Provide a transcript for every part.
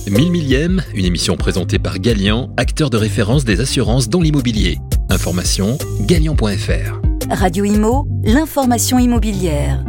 1000 millième, une émission présentée par Gallian, acteur de référence des assurances dans l'immobilier. Information, gallian.fr. Radio Imo, l'information immobilière.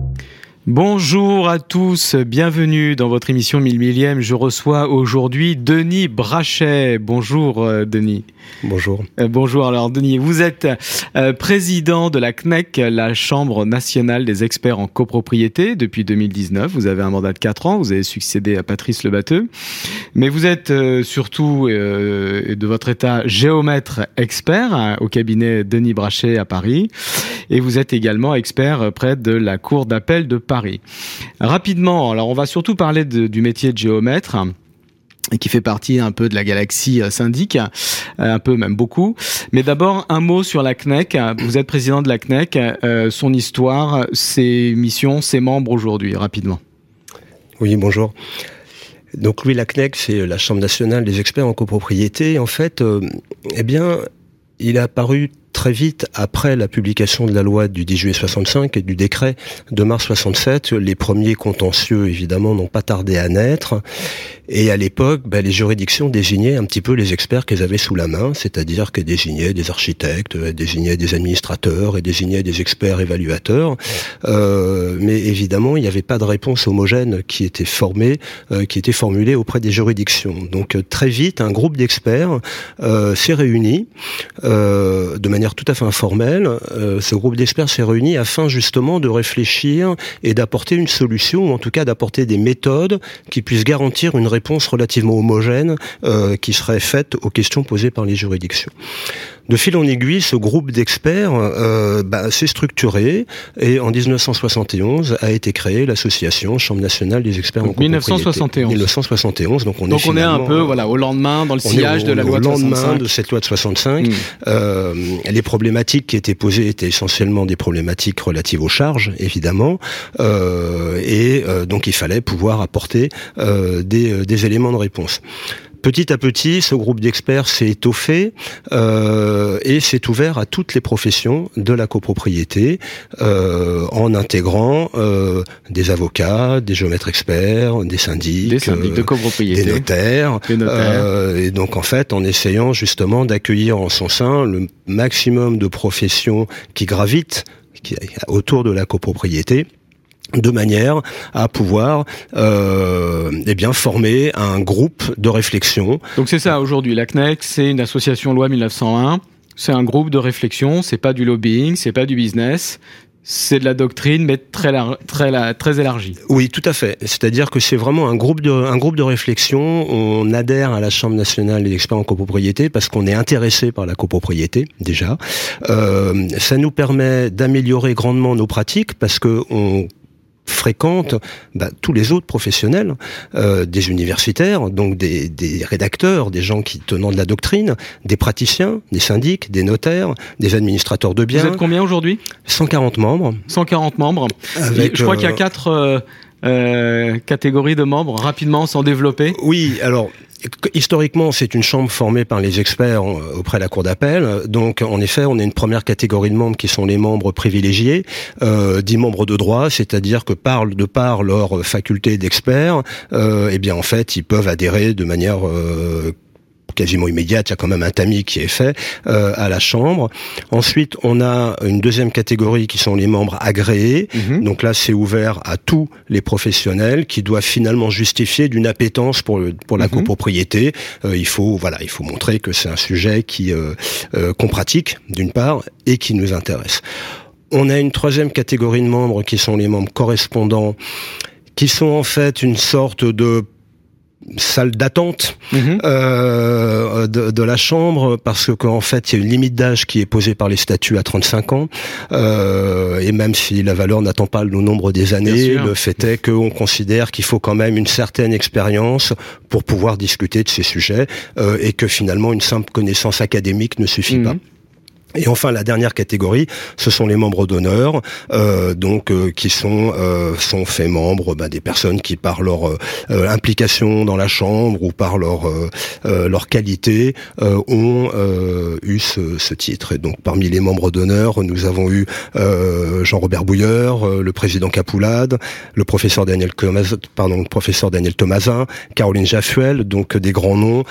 Bonjour à tous, bienvenue dans votre émission 1000 millième. Je reçois aujourd'hui Denis Brachet. Bonjour Denis. Bonjour. Bonjour, alors Denis, vous êtes président de la CNEC, la Chambre nationale des experts en copropriété, depuis 2019. Vous avez un mandat de 4 ans, vous avez succédé à Patrice Lebatteux. Mais vous êtes surtout de votre état géomètre expert au cabinet Denis Brachet à Paris. Et vous êtes également expert près de la Cour d'appel de Paris. Rapidement, alors on va surtout parler du métier de géomètre, qui fait partie un peu de la galaxie syndic, un peu même beaucoup. Mais d'abord, un mot sur la CNEC. Vous êtes président de la CNEC, son histoire, ses missions, ses membres aujourd'hui, rapidement. Oui, bonjour. Donc oui, la CNEC, c'est la Chambre nationale des experts en copropriété. En fait, il a apparu très vite après la publication de la loi du 10 juillet 65 et du décret de mars 67. Les premiers contentieux, évidemment, n'ont pas tardé à naître. Et à l'époque, les juridictions désignaient un petit peu les experts qu'elles avaient sous la main, c'est-à-dire qu'elles désignaient des architectes, elles désignaient des administrateurs, elles désignaient des experts évaluateurs. Mais évidemment, il n'y avait pas de réponse homogène qui était formulée auprès des juridictions. Donc très vite, un groupe d'experts s'est réuni de manière tout à fait informelle. Ce groupe d'experts s'est réuni afin justement de réfléchir et d'apporter une solution, ou en tout cas d'apporter des méthodes qui puissent garantir une réponse relativement homogène qui serait faite aux questions posées par les juridictions. De fil en aiguille, ce groupe d'experts s'est structuré et en 1971 a été créée l'association Chambre nationale des experts en copropriété. 1971. Donc on est un peu au lendemain, dans le sillage de la loi de 65. Au lendemain de cette loi de 65. Les problématiques qui étaient posées étaient essentiellement des problématiques relatives aux charges, évidemment, donc il fallait pouvoir apporter des éléments de réponse. Petit à petit, ce groupe d'experts s'est étoffé et s'est ouvert à toutes les professions de la copropriété en intégrant des avocats, des géomètres experts, des syndics de copropriété, des notaires. Et donc en fait, en essayant justement d'accueillir en son sein le maximum de professions qui gravitent autour de la copropriété, de manière à pouvoir former un groupe de réflexion. Donc c'est ça aujourd'hui, la CNEC, c'est une association loi 1901, c'est un groupe de réflexion, c'est pas du lobbying, c'est pas du business, c'est de la doctrine, mais très élargie. Oui, tout à fait. C'est-à-dire que c'est vraiment un groupe de réflexion. On adhère à la Chambre nationale des experts en copropriété parce qu'on est intéressé par la copropriété, déjà. Ça nous permet d'améliorer grandement nos pratiques parce que on fréquente tous les autres professionnels, des universitaires, donc des rédacteurs, des gens qui tenant de la doctrine, des praticiens, des syndics, des notaires, des administrateurs de biens. Vous êtes combien aujourd'hui ? 140 membres. 140 membres. Je crois qu'il y a 4 catégories de membres, rapidement, sans développer. Oui, alors historiquement, c'est une chambre formée par les experts auprès de la Cour d'appel. Donc, en effet, on a une première catégorie de membres qui sont les membres privilégiés, 10 membres de droit, c'est-à-dire que de par leur faculté d'experts, en fait, ils peuvent adhérer de manière quasiment immédiate, il y a quand même un tamis qui est fait à la Chambre. Ensuite, on a une deuxième catégorie qui sont les membres agréés. Donc là, c'est ouvert à tous les professionnels qui doivent finalement justifier d'une appétence pour la copropriété. Il faut montrer que c'est un sujet qu'on pratique d'une part et qui nous intéresse. On a une troisième catégorie de membres qui sont les membres correspondants, qui sont en fait une sorte de salle d'attente de la Chambre, parce qu'en fait il y a une limite d'âge qui est posée par les statuts à 35 ans, et même si la valeur n'attend pas le nombre des années, le fait est qu'on considère qu'il faut quand même une certaine expérience pour pouvoir discuter de ces sujets, et que finalement une simple connaissance académique ne suffit pas. Et enfin, la dernière catégorie, ce sont les membres d'honneur, qui sont faits membres des personnes qui, par leur implication dans la chambre ou par leur qualité, ont eu ce titre. Et donc, parmi les membres d'honneur, nous avons eu Jean-Robert Bouilleur, le président Capoulade, le professeur Daniel Thomasin, Caroline Jaffuel, donc des grands noms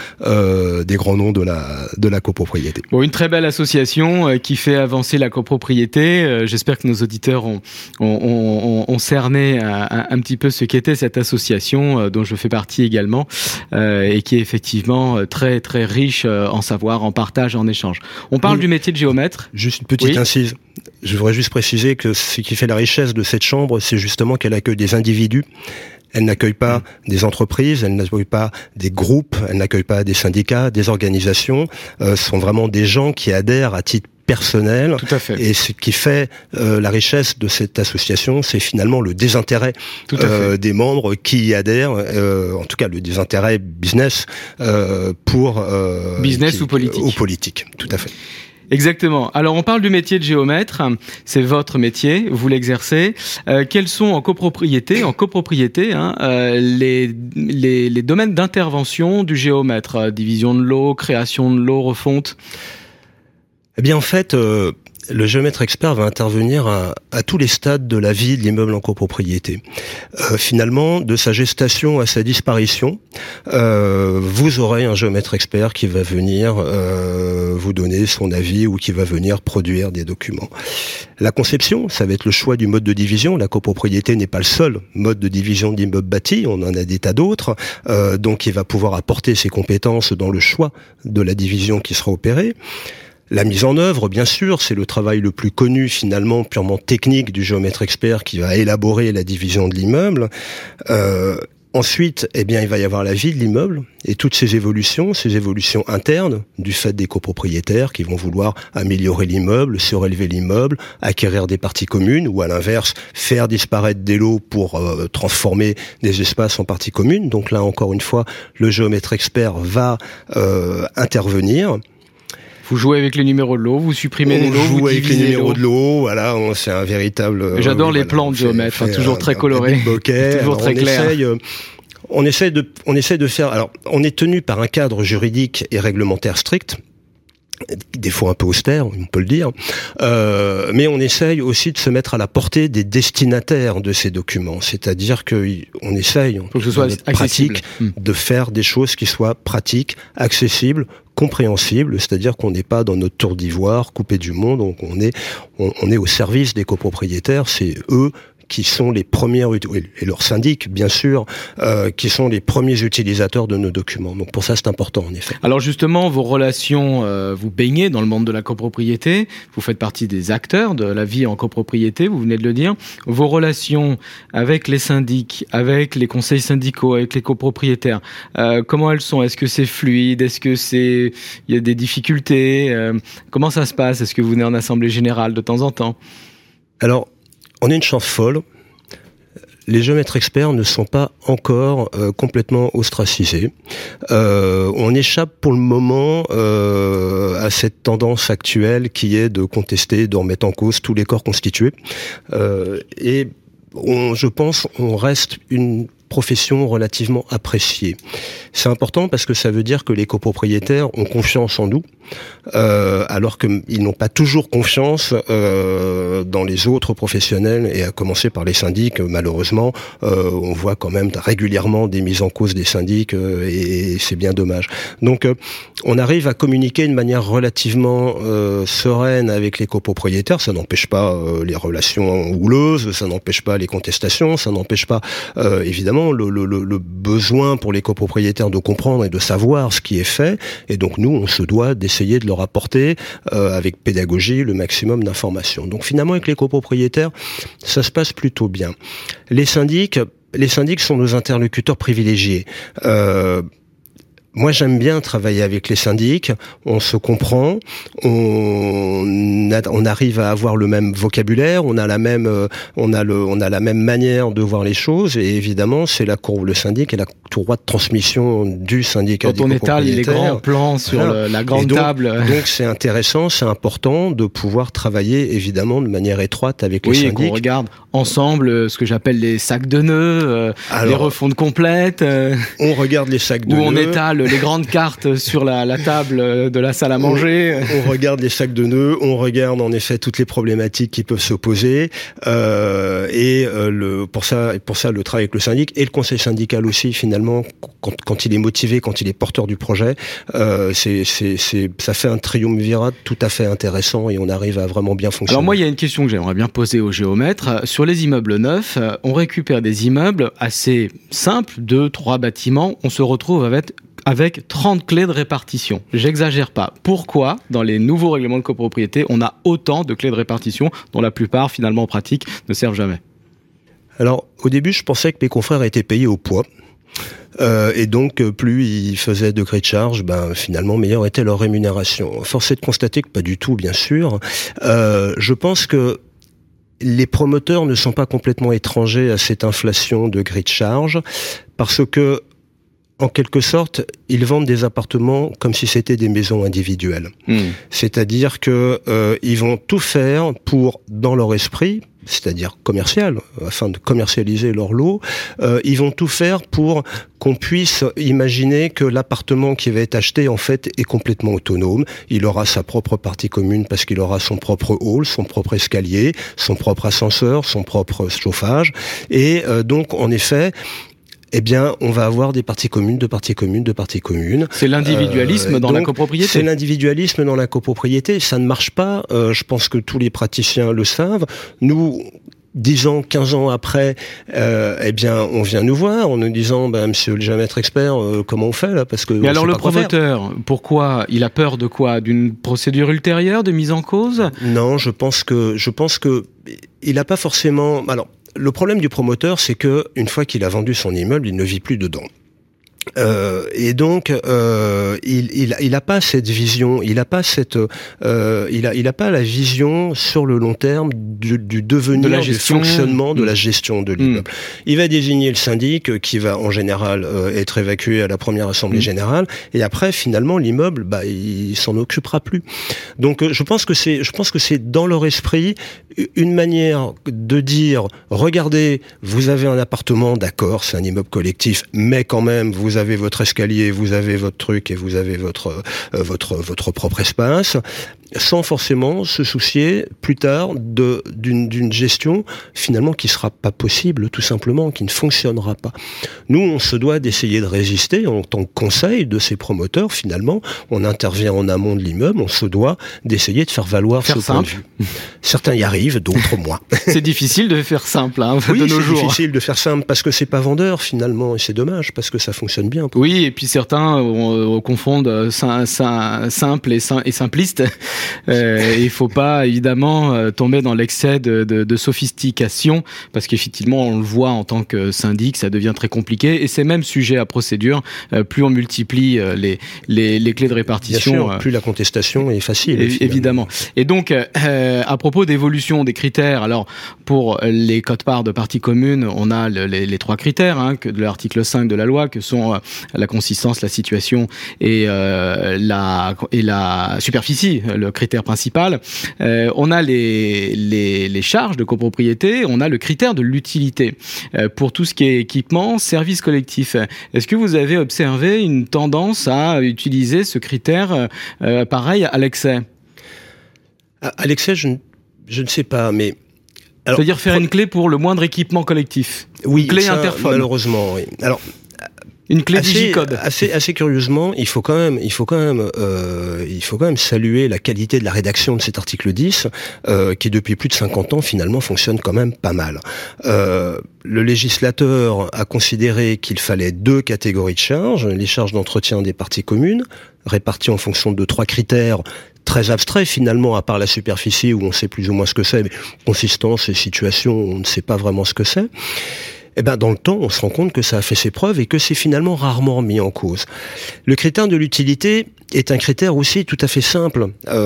de la copropriété. Bon, une très belle association qui fait avancer la copropriété. J'espère que nos auditeurs ont cerné un petit peu ce qu'était cette association dont je fais partie également et qui est effectivement très très riche en savoir, en partage, en échange. On parle du métier de géomètre. Juste une petite incise. Je voudrais juste préciser que ce qui fait la richesse de cette chambre, c'est justement qu'elle accueille des individus. Elle n'accueille pas des entreprises, elle n'accueille pas des groupes, elle n'accueille pas des syndicats, des organisations. Ce sont vraiment des gens qui adhèrent à titre personnel. Tout à fait. Et ce qui fait la richesse de cette association, c'est finalement le désintérêt des membres qui y adhèrent, en tout cas le désintérêt business business ou politique. Ou politique, tout à fait. Exactement. Alors, on parle du métier de géomètre. C'est votre métier. Vous l'exercez. Quels sont en copropriété, les domaines d'intervention du géomètre? Division de l'eau, création de l'eau, refonte? Eh bien, en fait, le géomètre expert va intervenir à tous les stades de la vie de l'immeuble en copropriété. Finalement, de sa gestation à sa disparition, vous aurez un géomètre expert qui va venir vous donner son avis ou qui va venir produire des documents. La conception, ça va être le choix du mode de division. La copropriété n'est pas le seul mode de division d'immeubles bâtis, on en a des tas d'autres. Donc, il va pouvoir apporter ses compétences dans le choix de la division qui sera opérée. La mise en œuvre, bien sûr, c'est le travail le plus connu, finalement, purement technique du géomètre expert qui va élaborer la division de l'immeuble. Ensuite, il va y avoir la vie de l'immeuble et toutes ces évolutions internes du fait des copropriétaires qui vont vouloir améliorer l'immeuble, surélever l'immeuble, acquérir des parties communes ou à l'inverse, faire disparaître des lots pour transformer des espaces en parties communes. Donc là, encore une fois, le géomètre expert va intervenir. Vous jouez avec les numéros de l'eau, vous supprimez les lots, vous divisez avec les numéros de l'eau, voilà, c'est un véritable... J'adore les plans de géomètre, toujours très colorés, toujours très clairs. On essaie de faire... Alors, on est tenu par un cadre juridique et réglementaire strict, des fois un peu austère, on peut le dire, mais on essaye aussi de se mettre à la portée des destinataires de ces documents, c'est-à-dire qu'on essaye, faut que ce soit pratique, de faire des choses qui soient pratiques, accessibles, compréhensibles, c'est-à-dire qu'on n'est pas dans notre tour d'ivoire, coupé du monde, donc on est au service des copropriétaires, c'est eux qui sont les premiers, et leurs syndics, bien sûr, qui sont les premiers utilisateurs de nos documents. Donc pour ça, c'est important, en effet. Alors justement, vos relations, vous baignez dans le monde de la copropriété, vous faites partie des acteurs de la vie en copropriété, vous venez de le dire. Vos relations avec les syndics, avec les conseils syndicaux, avec les copropriétaires, comment elles sont? Est-ce que c'est fluide? Est-ce que il y a des difficultés? Comment ça se passe? Est-ce que vous venez en assemblée générale de temps en temps? Alors, on a une chance folle. Les géomètres experts ne sont pas encore complètement ostracisés. On échappe pour le moment à cette tendance actuelle qui est de contester, de remettre en cause tous les corps constitués. Je pense, on reste une profession relativement appréciée. C'est important parce que ça veut dire que les copropriétaires ont confiance en nous, alors qu'ils n'ont pas toujours confiance dans les autres professionnels, et à commencer par les syndics. Malheureusement, on voit quand même régulièrement des mises en cause des syndics, et c'est bien dommage. Donc, on arrive à communiquer de manière relativement sereine avec les copropriétaires. Ça n'empêche pas les relations houleuses, ça n'empêche pas les contestations, ça n'empêche pas évidemment le besoin pour les copropriétaires de comprendre et de savoir ce qui est fait, et donc nous on se doit d'essayer de leur apporter avec pédagogie le maximum d'informations. Donc finalement avec les copropriétaires ça se passe plutôt bien. Les syndics sont nos interlocuteurs privilégiés. Moi, j'aime bien travailler avec les syndics. On se comprend, on arrive à avoir le même vocabulaire, on a la même manière de voir les choses. Et évidemment, c'est la courbe, le syndic et la courroie de transmission du syndicat. Quand on étale les grands plans sur la grande table. Donc, c'est intéressant, c'est important de pouvoir travailler évidemment de manière étroite avec les syndics. Oui, qu'on regarde ensemble ce que j'appelle les sacs de nœuds, les refontes complètes. On regarde les sacs de nœuds. Où on étale les grandes cartes sur la table de la salle à manger. On regarde les sacs de nœuds, on regarde en effet toutes les problématiques qui peuvent se poser. Pour ça, le travail avec le syndic et le conseil syndical aussi, finalement, quand il est motivé, quand il est porteur du projet, ça fait un triumvirat tout à fait intéressant et on arrive à vraiment bien fonctionner. Alors moi, il y a une question que j'aimerais bien poser au géomètre. Sur les immeubles neufs, on récupère des immeubles assez simples, 2-3 bâtiments, on se retrouve avec 30 clés de répartition. J'exagère pas. Pourquoi, dans les nouveaux règlements de copropriété, on a autant de clés de répartition dont la plupart, finalement, en pratique, ne servent jamais? Alors, au début, je pensais que mes confrères étaient payés au poids. Et donc, plus ils faisaient de gré de charge, finalement, meilleure était leur rémunération. Force est de constater que pas du tout, bien sûr. Je pense que les promoteurs ne sont pas complètement étrangers à cette inflation de gré de charge, parce que en quelque sorte, ils vendent des appartements comme si c'était des maisons individuelles. C'est-à-dire que ils vont tout faire pour, dans leur esprit, c'est-à-dire commercial, afin de commercialiser leur lot, ils vont tout faire pour qu'on puisse imaginer que l'appartement qui va être acheté, en fait, est complètement autonome. Il aura sa propre partie commune parce qu'il aura son propre hall, son propre escalier, son propre ascenseur, son propre chauffage. Et donc, en effet, on va avoir des parties communes, deux parties communes. C'est l'individualisme dans la copropriété. C'est l'individualisme dans la copropriété. Ça ne marche pas. Je pense que tous les praticiens le savent. Nous, 10 ans, 15 ans après, on vient nous voir en nous disant, monsieur le géomètre expert, comment on fait là? Parce que. Mais alors le promoteur, pourquoi? Il a peur de quoi? D'une procédure ultérieure, de mise en cause? Non, je pense que il n'a pas forcément. Alors, le problème du promoteur, c'est que une fois qu'il a vendu son immeuble, il ne vit plus dedans. Et donc, il a pas cette vision, il a pas la vision sur le long terme du devenir, du fonctionnement de la gestion de l'immeuble. Il va désigner le syndic qui va en général être évacué à la première assemblée générale, et après finalement l'immeuble, il s'en occupera plus. Donc, je pense que c'est dans leur esprit une manière de dire, regardez, vous avez un appartement, d'accord, c'est un immeuble collectif, mais quand même vous avez votre escalier, vous avez votre truc et vous avez votre propre espace, sans forcément se soucier plus tard d'une gestion finalement qui sera pas possible, tout simplement, qui ne fonctionnera pas. Nous, on se doit d'essayer de résister en tant que conseil de ces promoteurs. Finalement, on intervient en amont de l'immeuble, on se doit d'essayer de faire valoir ce point de vue. Certains y arrivent, d'autres moins. C'est difficile de faire simple, de nos jours. C'est difficile de faire simple parce que c'est pas vendeur finalement, et c'est dommage parce que ça fonctionne bien. Oui, et puis certains confondent simple et simpliste. Il faut pas évidemment tomber dans l'excès de sophistication, parce qu'effectivement on le voit en tant que syndic, ça devient très compliqué, et c'est même sujet à procédure. Plus on multiplie les clés de répartition, bien sûr, plus la contestation est facile. Évidemment. Et donc à propos d'évolution des critères, alors pour les quotes-parts de parties communes, on a les 3 critères de l'article 5 de la loi, que sont la consistance, la situation et la superficie, le critère principal. On a les charges de copropriété, on a le critère de l'utilité. Pour tout ce qui est équipement, service collectif, est-ce que vous avez observé une tendance à utiliser ce critère pareil à l'excès? À l'excès, je ne sais pas, mais... C'est-à-dire faire une clé pour le moindre équipement collectif. Oui, une clé interphone. Malheureusement, oui. Alors, une clé digicode. Assez curieusement, il faut quand même saluer la qualité de la rédaction de cet article 10, qui depuis plus de 50 ans finalement fonctionne quand même pas mal. Le législateur a considéré qu'il fallait 2 catégories de charges, les charges d'entretien des parties communes, réparties en fonction de 3 critères très abstraits finalement, à part la superficie où on sait plus ou moins ce que c'est, mais consistance et situation, on ne sait pas vraiment ce que c'est. dans le temps, on se rend compte que ça a fait ses preuves et que c'est finalement rarement mis en cause. Le critère de l'utilité est un critère aussi tout à fait simple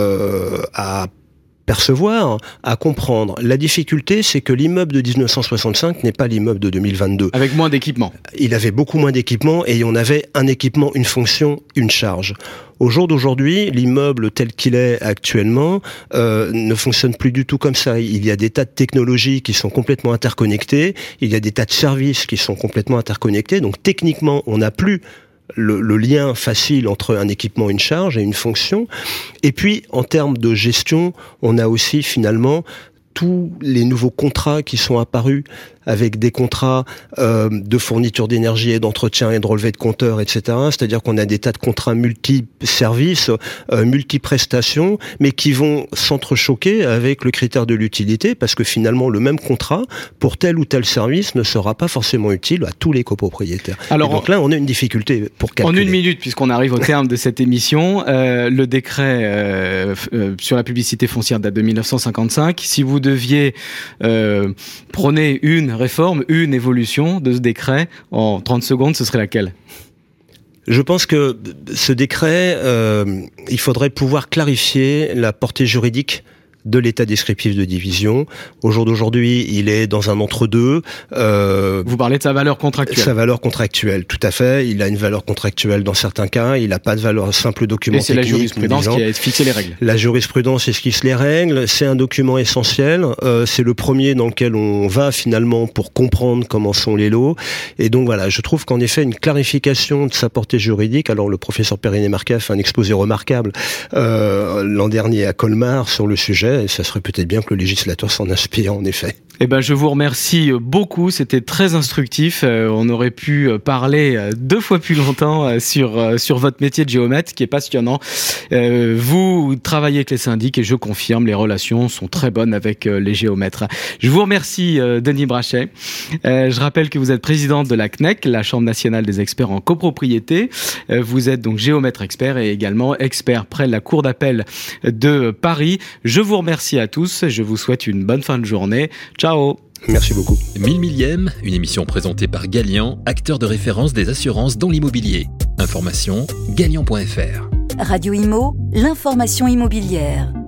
à percevoir, à comprendre. La difficulté, c'est que l'immeuble de 1965 n'est pas l'immeuble de 2022. Avec moins d'équipement. Il avait beaucoup moins d'équipement et on avait un équipement, une fonction, une charge. Au jour d'aujourd'hui, l'immeuble tel qu'il est actuellement ne fonctionne plus du tout comme ça. Il y a des tas de technologies qui sont complètement interconnectées, il y a des tas de services qui sont complètement interconnectés, donc techniquement, on n'a plus le lien facile entre un équipement, une charge et une fonction. Et puis, en termes de gestion, on a aussi finalement tous les nouveaux contrats qui sont apparus avec des contrats de fourniture d'énergie et d'entretien et de relevé de compteurs, etc. C'est-à-dire qu'on a des tas de contrats multi-services, multi-prestations, mais qui vont s'entrechoquer avec le critère de l'utilité, parce que finalement, le même contrat, pour tel ou tel service, ne sera pas forcément utile à tous les copropriétaires. Alors, et donc là, on a une difficulté pour calculer. En une minute, puisqu'on arrive au terme de cette émission, le décret sur la publicité foncière date de 1955. Si vous deviez prôner une réforme, une évolution de ce décret, en 30 secondes, ce serait laquelle ? Je pense que ce décret, il faudrait pouvoir clarifier la portée juridique de l'état descriptif de division. Au jour d'aujourd'hui, il est dans un entre-deux. Vous parlez de sa valeur contractuelle. Sa valeur contractuelle, tout à fait. Il a une valeur contractuelle dans certains cas. Il n'a pas de valeur simple document technique. Et c'est la jurisprudence qui a fixé les règles. La jurisprudence esquisse les règles. C'est un document essentiel. C'est le premier dans lequel on va finalement pour comprendre comment sont les lots. Et donc voilà, je trouve qu'en effet, une clarification de sa portée juridique. Alors le professeur Perrinet-Marquet a fait un exposé remarquable l'an dernier à Colmar sur le sujet. Et ça serait peut-être bien que le législateur s'en inspire, en effet. Je vous remercie beaucoup, c'était très instructif. On aurait pu parler 2 fois plus longtemps sur votre métier de géomètre, qui est passionnant. Vous travaillez avec les syndics et je confirme, les relations sont très bonnes avec les géomètres. Je vous remercie, Denis Brachet. Je rappelle que vous êtes présidente de la CNEC, la Chambre nationale des experts en copropriété. Vous êtes donc géomètre expert et également expert près de la Cour d'appel de Paris. Je vous remercie à tous, je vous souhaite une bonne fin de journée. Ciao. Merci beaucoup. 1000 millième, une émission présentée par Gallian, acteur de référence des assurances dans l'immobilier. Information, Gallian.fr. Radio Imo, l'information immobilière.